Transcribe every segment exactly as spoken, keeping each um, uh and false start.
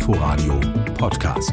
Inforadio Podcast.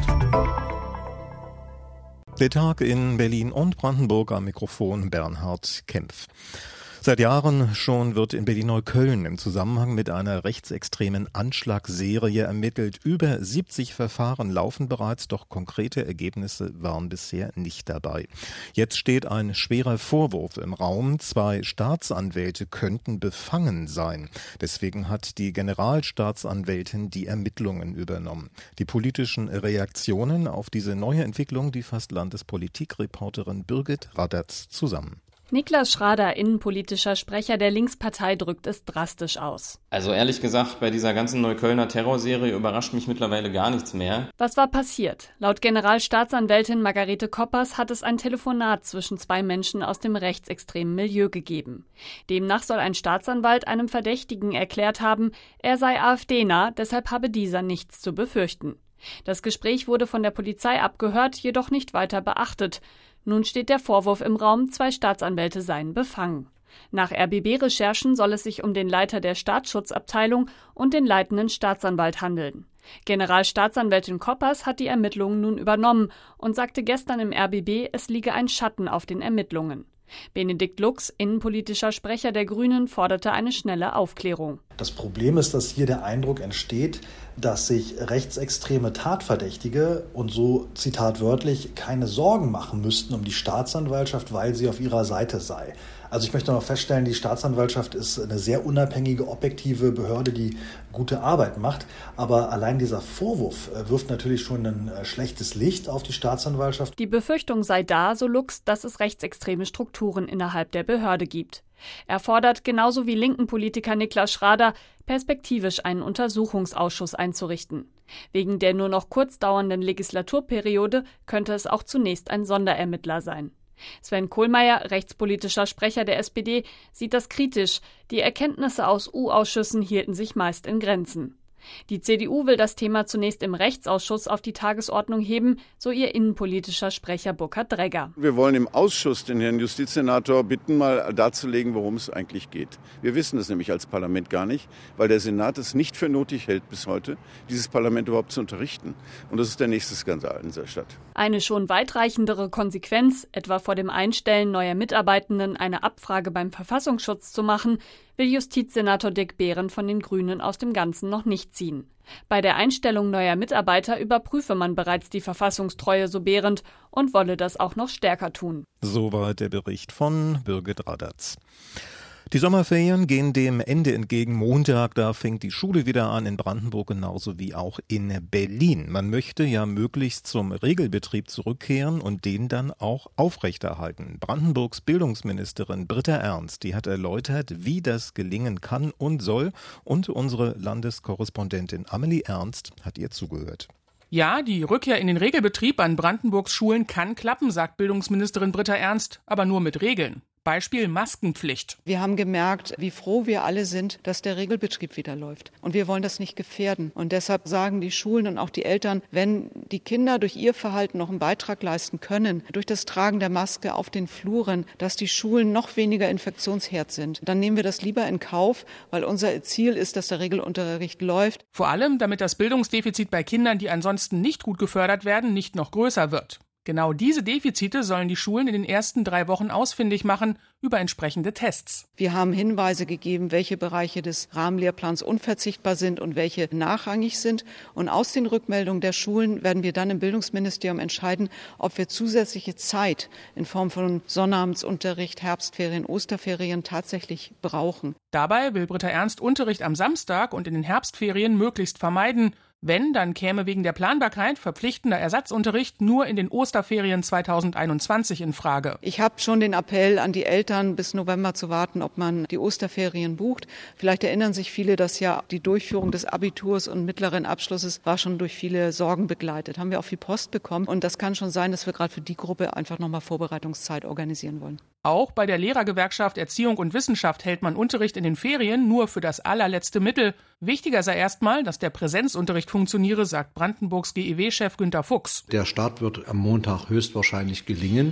Der Tag in Berlin und Brandenburg, am Mikrofon Bernhard Kempf. Seit Jahren schon wird in Berlin-Neukölln im Zusammenhang mit einer rechtsextremen Anschlagsserie ermittelt. Über siebzig Verfahren laufen bereits, doch konkrete Ergebnisse waren bisher nicht dabei. Jetzt steht ein schwerer Vorwurf im Raum. Zwei Staatsanwälte könnten befangen sein. Deswegen hat die Generalstaatsanwältin die Ermittlungen übernommen. Die politischen Reaktionen auf diese neue Entwicklung, die fasst Landespolitikreporterin Birgit Radatz zusammen. Niklas Schrader, innenpolitischer Sprecher der Linkspartei, drückt es drastisch aus. Also ehrlich gesagt, bei dieser ganzen Neuköllner Terrorserie überrascht mich mittlerweile gar nichts mehr. Was war passiert? Laut Generalstaatsanwältin Margarete Koppers hat es ein Telefonat zwischen zwei Menschen aus dem rechtsextremen Milieu gegeben. Demnach soll ein Staatsanwalt einem Verdächtigen erklärt haben, er sei AfD-nah, deshalb habe dieser nichts zu befürchten. Das Gespräch wurde von der Polizei abgehört, jedoch nicht weiter beachtet. Nun steht der Vorwurf im Raum, zwei Staatsanwälte seien befangen. Nach R B B-Recherchen soll es sich um den Leiter der Staatsschutzabteilung und den leitenden Staatsanwalt handeln. Generalstaatsanwältin Koppers hat die Ermittlungen nun übernommen und sagte gestern im R B B, es liege ein Schatten auf den Ermittlungen. Benedikt Lux, innenpolitischer Sprecher der Grünen, forderte eine schnelle Aufklärung. Das Problem ist, dass hier der Eindruck entsteht, dass sich rechtsextreme Tatverdächtige und so Zitat wörtlich keine Sorgen machen müssten um die Staatsanwaltschaft, weil sie auf ihrer Seite sei. Also ich möchte noch feststellen, die Staatsanwaltschaft ist eine sehr unabhängige, objektive Behörde, die gute Arbeit macht. Aber allein dieser Vorwurf wirft natürlich schon ein schlechtes Licht auf die Staatsanwaltschaft. Die Befürchtung sei da, so Lux, dass es rechtsextreme Strukturen innerhalb der Behörde gibt. Er fordert, genauso wie linken Politiker Niklas Schrader, perspektivisch einen Untersuchungsausschuss einzurichten. Wegen der nur noch kurz dauernden Legislaturperiode könnte es auch zunächst ein Sonderermittler sein. Sven Kohlmeier, rechtspolitischer Sprecher der S P D, sieht das kritisch. Die Erkenntnisse aus U-Ausschüssen hielten sich meist in Grenzen. Die C D U will das Thema zunächst im Rechtsausschuss auf die Tagesordnung heben, so ihr innenpolitischer Sprecher Burkhard Dregger. Wir wollen im Ausschuss den Herrn Justizsenator bitten, mal darzulegen, worum es eigentlich geht. Wir wissen es nämlich als Parlament gar nicht, weil der Senat es nicht für nötig hält bis heute, dieses Parlament überhaupt zu unterrichten. Und das ist der nächste Skandal in dieser Stadt. Eine schon weitreichendere Konsequenz, etwa vor dem Einstellen neuer Mitarbeitenden eine Abfrage beim Verfassungsschutz zu machen, will Justizsenator Dick Behren von den Grünen aus dem Ganzen noch nicht ziehen. Bei der Einstellung neuer Mitarbeiter überprüfe man bereits die Verfassungstreue, so Behrendt, und wolle das auch noch stärker tun. Soweit der Bericht von Birgit Radatz. Die Sommerferien gehen dem Ende entgegen. Montag, da fängt die Schule wieder an in Brandenburg, genauso wie auch in Berlin. Man möchte ja möglichst zum Regelbetrieb zurückkehren und den dann auch aufrechterhalten. Brandenburgs Bildungsministerin Britta Ernst, die hat erläutert, wie das gelingen kann und soll. Und unsere Landeskorrespondentin Amelie Ernst hat ihr zugehört. Ja, die Rückkehr in den Regelbetrieb an Brandenburgs Schulen kann klappen, sagt Bildungsministerin Britta Ernst, aber nur mit Regeln. Beispiel Maskenpflicht. Wir haben gemerkt, wie froh wir alle sind, dass der Regelbetrieb wieder läuft. Und wir wollen das nicht gefährden. Und deshalb sagen die Schulen und auch die Eltern, wenn die Kinder durch ihr Verhalten noch einen Beitrag leisten können, durch das Tragen der Maske auf den Fluren, dass die Schulen noch weniger Infektionsherd sind, dann nehmen wir das lieber in Kauf, weil unser Ziel ist, dass der Regelunterricht läuft. Vor allem, damit das Bildungsdefizit bei Kindern, die ansonsten nicht gut gefördert werden, nicht noch größer wird. Genau diese Defizite sollen die Schulen in den ersten drei Wochen ausfindig machen über entsprechende Tests. Wir haben Hinweise gegeben, welche Bereiche des Rahmenlehrplans unverzichtbar sind und welche nachrangig sind. Und aus den Rückmeldungen der Schulen werden wir dann im Bildungsministerium entscheiden, ob wir zusätzliche Zeit in Form von Sonnabendsunterricht, Herbstferien, Osterferien tatsächlich brauchen. Dabei will Britta Ernst Unterricht am Samstag und in den Herbstferien möglichst vermeiden. Wenn, dann käme wegen der Planbarkeit verpflichtender Ersatzunterricht nur in den Osterferien zweitausendeinundzwanzig in Frage. Ich habe schon den Appell an die Eltern, bis November zu warten, ob man die Osterferien bucht. Vielleicht erinnern sich viele, dass ja die Durchführung des Abiturs und mittleren Abschlusses war schon durch viele Sorgen begleitet. Haben wir auch viel Post bekommen. Und das kann schon sein, dass wir gerade für die Gruppe einfach nochmal Vorbereitungszeit organisieren wollen. Auch bei der Lehrergewerkschaft Erziehung und Wissenschaft hält man Unterricht in den Ferien nur für das allerletzte Mittel. Wichtiger sei erstmal, dass der Präsenzunterricht funktioniere, sagt Brandenburgs G E W-Chef Günter Fuchs. Der Start wird am Montag höchstwahrscheinlich gelingen.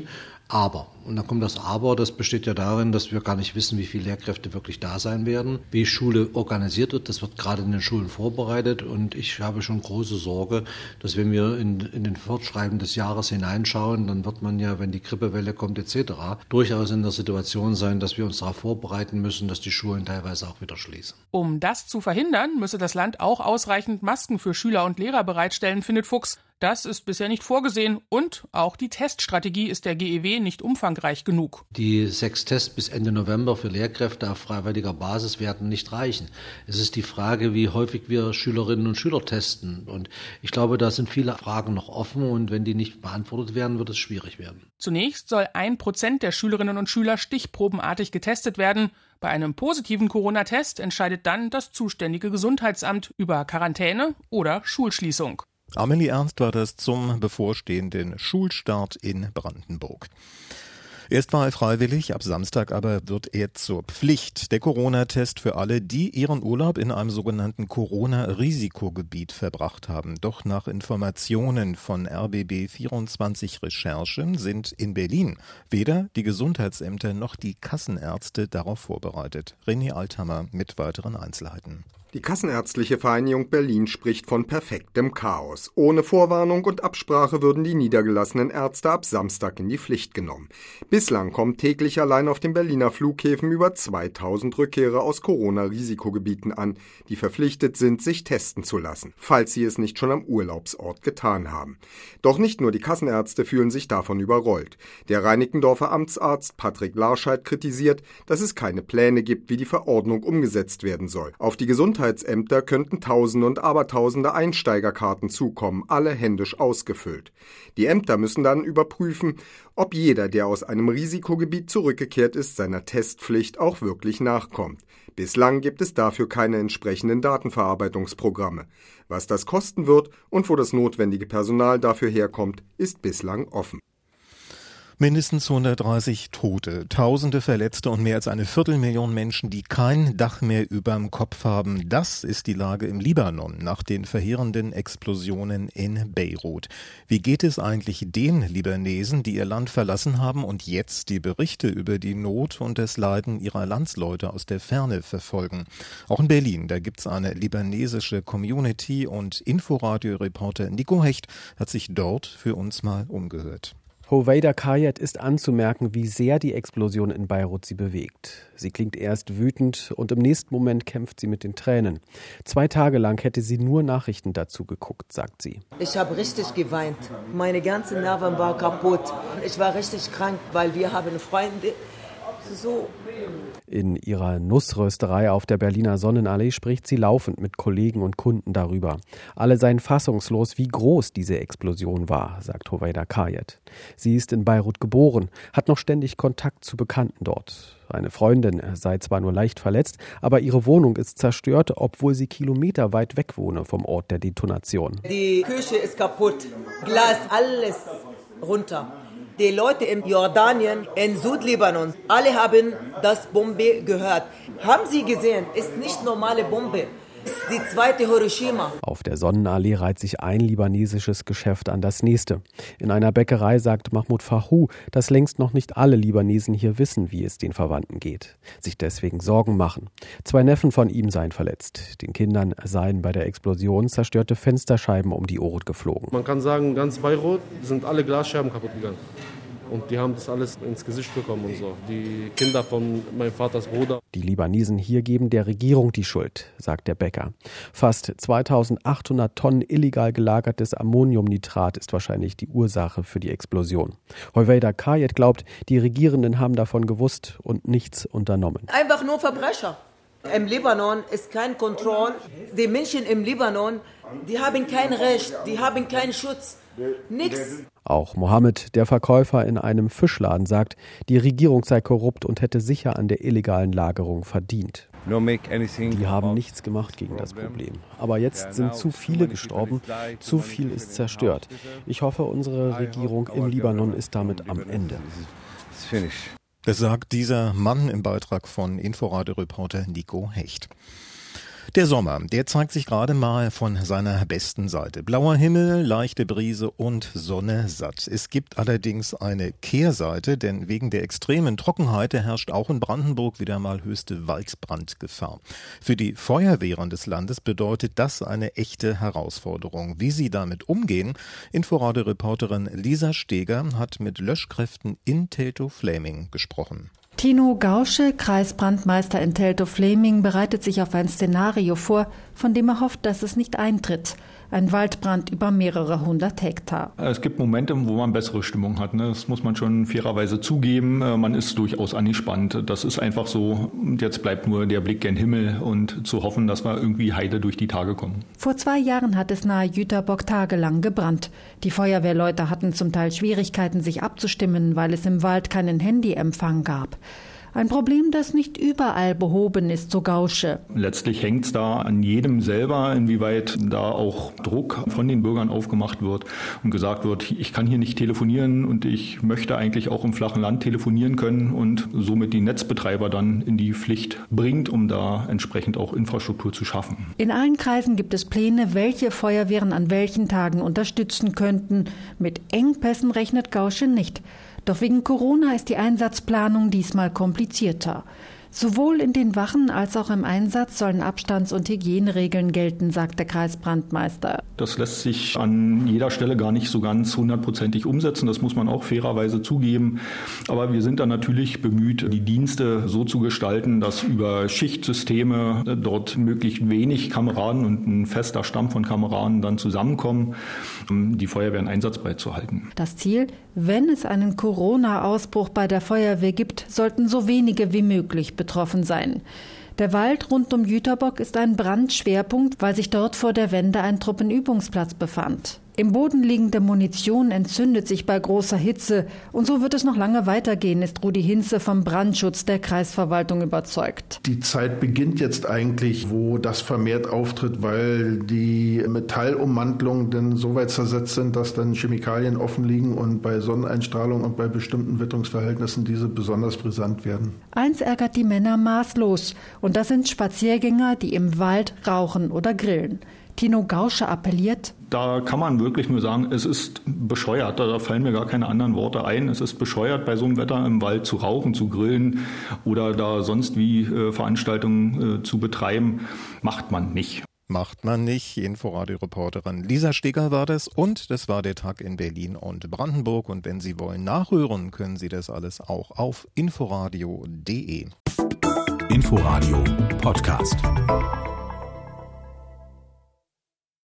Aber, und dann kommt das Aber, das besteht ja darin, dass wir gar nicht wissen, wie viele Lehrkräfte wirklich da sein werden, wie Schule organisiert wird. Das wird gerade in den Schulen vorbereitet und ich habe schon große Sorge, dass wenn wir in, in den Fortschreiben des Jahres hineinschauen, dann wird man ja, wenn die Grippewelle kommt et cetera, durchaus in der Situation sein, dass wir uns darauf vorbereiten müssen, dass die Schulen teilweise auch wieder schließen. Um das zu verhindern, müsse das Land auch ausreichend Masken für Schüler und Lehrer bereitstellen, findet Fuchs. Das ist bisher nicht vorgesehen und auch die Teststrategie ist der G E W nicht umfangreich genug. Die sechs Tests bis Ende November für Lehrkräfte auf freiwilliger Basis werden nicht reichen. Es ist die Frage, wie häufig wir Schülerinnen und Schüler testen. Und ich glaube, da sind viele Fragen noch offen und wenn die nicht beantwortet werden, wird es schwierig werden. Zunächst soll ein Prozent der Schülerinnen und Schüler stichprobenartig getestet werden. Bei einem positiven Corona-Test entscheidet dann das zuständige Gesundheitsamt über Quarantäne oder Schulschließung. Amelie Ernst war das zum bevorstehenden Schulstart in Brandenburg. Erst war er freiwillig, ab Samstag aber wird er zur Pflicht. Der Corona-Test für alle, die ihren Urlaub in einem sogenannten Corona-Risikogebiet verbracht haben. Doch nach Informationen von R B B vierundzwanzig Recherche sind in Berlin weder die Gesundheitsämter noch die Kassenärzte darauf vorbereitet. René Althammer mit weiteren Einzelheiten. Die Kassenärztliche Vereinigung Berlin spricht von perfektem Chaos. Ohne Vorwarnung und Absprache würden die niedergelassenen Ärzte ab Samstag in die Pflicht genommen. Bislang kommen täglich allein auf den Berliner Flughäfen über zweitausend Rückkehrer aus Corona-Risikogebieten an, die verpflichtet sind, sich testen zu lassen, falls sie es nicht schon am Urlaubsort getan haben. Doch nicht nur die Kassenärzte fühlen sich davon überrollt. Der Reinickendorfer Amtsarzt Patrick Larscheid kritisiert, dass es keine Pläne gibt, wie die Verordnung umgesetzt werden soll. Auf die Gesundheit Gesundheitsämter könnten Tausende und Abertausende Einsteigerkarten zukommen, alle händisch ausgefüllt. Die Ämter müssen dann überprüfen, ob jeder, der aus einem Risikogebiet zurückgekehrt ist, seiner Testpflicht auch wirklich nachkommt. Bislang gibt es dafür keine entsprechenden Datenverarbeitungsprogramme. Was das kosten wird und wo das notwendige Personal dafür herkommt, ist bislang offen. Mindestens hundertdreißig Tote, Tausende Verletzte und mehr als eine Viertelmillion Menschen, die kein Dach mehr überm Kopf haben. Das ist die Lage im Libanon nach den verheerenden Explosionen in Beirut. Wie geht es eigentlich den Libanesen, die ihr Land verlassen haben und jetzt die Berichte über die Not und das Leiden ihrer Landsleute aus der Ferne verfolgen? Auch in Berlin, da gibt's eine libanesische Community und Inforadio-Reporter Nico Hecht hat sich dort für uns mal umgehört. Hoveyda Kayet ist anzumerken, wie sehr die Explosion in Beirut sie bewegt. Sie klingt erst wütend und im nächsten Moment kämpft sie mit den Tränen. Zwei Tage lang hätte sie nur Nachrichten dazu geguckt, sagt sie. Ich habe richtig geweint. Meine ganzen Nerven waren kaputt. Ich war richtig krank, weil wir haben Freunde. So. In ihrer Nussrösterei auf der Berliner Sonnenallee spricht sie laufend mit Kollegen und Kunden darüber. Alle seien fassungslos, wie groß diese Explosion war, sagt Hoveyda Kayet. Sie ist in Beirut geboren, hat noch ständig Kontakt zu Bekannten dort. Eine Freundin sei zwar nur leicht verletzt, aber ihre Wohnung ist zerstört, obwohl sie kilometerweit weg wohne vom Ort der Detonation. Die Küche ist kaputt, Glas, alles runter. Die Leute in Jordanien, in Südlibanon, alle haben das Bombe gehört. Haben sie gesehen, ist nicht normale Bombe, ist die zweite Hiroshima. Auf der Sonnenallee reiht sich ein libanesisches Geschäft an das nächste. In einer Bäckerei sagt Mahmoud Fahou, dass längst noch nicht alle Libanesen hier wissen, wie es den Verwandten geht, sich deswegen Sorgen machen. Zwei Neffen von ihm seien verletzt. Den Kindern seien bei der Explosion zerstörte Fensterscheiben um die Ohren geflogen. Man kann sagen, ganz Beirut sind alle Glasscherben kaputt gegangen. Und die haben das alles ins Gesicht bekommen und so. Die Kinder von meinem Vaters Bruder. Die Libanesen hier geben der Regierung die Schuld, sagt der Bäcker. Fast zweitausendachthundert Tonnen illegal gelagertes Ammoniumnitrat ist wahrscheinlich die Ursache für die Explosion. Hoveyda Kayet glaubt, die Regierenden haben davon gewusst und nichts unternommen. Einfach nur Verbrecher. Im Libanon ist kein Kontrolle. Die Menschen im Libanon, die haben kein Recht, die haben keinen Schutz. Nichts. Auch Mohammed, der Verkäufer in einem Fischladen, sagt, die Regierung sei korrupt und hätte sicher an der illegalen Lagerung verdient. Die haben nichts gemacht gegen das Problem. Aber jetzt sind zu viele gestorben, zu viel ist zerstört. Ich hoffe, unsere Regierung im Libanon ist damit am Ende. Das sagt dieser Mann im Beitrag von Inforadio-Reporter Nico Hecht. Der Sommer, der zeigt sich gerade mal von seiner besten Seite. Blauer Himmel, leichte Brise und Sonne satt. Es gibt allerdings eine Kehrseite, denn wegen der extremen Trockenheit herrscht auch in Brandenburg wieder mal höchste Waldbrandgefahr. Für die Feuerwehren des Landes bedeutet das eine echte Herausforderung. Wie sie damit umgehen, Inforadio-Reporterin Lisa Steger hat mit Löschkräften in Teltow-Fläming gesprochen. Tino Gausche, Kreisbrandmeister in Teltow-Fläming, bereitet sich auf ein Szenario vor, von dem er hofft, dass es nicht eintritt. Ein Waldbrand über mehrere hundert Hektar. Es gibt Momente, wo man bessere Stimmung hat. Das muss man schon fairerweise zugeben. Man ist durchaus angespannt. Das ist einfach so. Und jetzt bleibt nur der Blick gen Himmel und zu hoffen, dass wir irgendwie heile durch die Tage kommen. Vor zwei Jahren hat es nahe Jüterbock tagelang gebrannt. Die Feuerwehrleute hatten zum Teil Schwierigkeiten, sich abzustimmen, weil es im Wald keinen Handyempfang gab. Ein Problem, das nicht überall behoben ist, so Gausche. Letztlich hängt es da an jedem selber, inwieweit da auch Druck von den Bürgern aufgemacht wird und gesagt wird, ich kann hier nicht telefonieren und ich möchte eigentlich auch im flachen Land telefonieren können und somit die Netzbetreiber dann in die Pflicht bringt, um da entsprechend auch Infrastruktur zu schaffen. In allen Kreisen gibt es Pläne, welche Feuerwehren an welchen Tagen unterstützen könnten. Mit Engpässen rechnet Gausche nicht. Doch wegen Corona ist die Einsatzplanung diesmal komplizierter. Sowohl in den Wachen als auch im Einsatz sollen Abstands- und Hygieneregeln gelten, sagt der Kreisbrandmeister. Das lässt sich an jeder Stelle gar nicht so ganz hundertprozentig umsetzen. Das muss man auch fairerweise zugeben. Aber wir sind dann natürlich bemüht, die Dienste so zu gestalten, dass über Schichtsysteme dort möglichst wenig Kameraden und ein fester Stamm von Kameraden dann zusammenkommen, um die Feuerwehr in Einsatz beizuhalten. Das Ziel: Wenn es einen Corona-Ausbruch bei der Feuerwehr gibt, sollten so wenige wie möglich betroffen sein. Der Wald rund um Jüterbock ist ein Brandschwerpunkt, weil sich dort vor der Wende ein Truppenübungsplatz befand. Im Boden liegende Munition entzündet sich bei großer Hitze. Und so wird es noch lange weitergehen, ist Rudi Hinze vom Brandschutz der Kreisverwaltung überzeugt. Die Zeit beginnt jetzt eigentlich, wo das vermehrt auftritt, weil die Metallummantelungen dann so weit zersetzt sind, dass dann Chemikalien offen liegen und bei Sonneneinstrahlung und bei bestimmten Witterungsverhältnissen diese besonders brisant werden. Eins ärgert die Männer maßlos. Und das sind Spaziergänger, die im Wald rauchen oder grillen. Tino Gausche appelliert: Da kann man wirklich nur sagen, es ist bescheuert. Da fallen mir gar keine anderen Worte ein. Es ist bescheuert, bei so einem Wetter im Wald zu rauchen, zu grillen oder da sonst wie äh, Veranstaltungen äh, zu betreiben. Macht man nicht. Macht man nicht. Inforadio-Reporterin Lisa Steger war das. Und das war der Tag in Berlin und Brandenburg. Und wenn Sie wollen nachhören, können Sie das alles auch auf inforadio punkt de. Inforadio Podcast.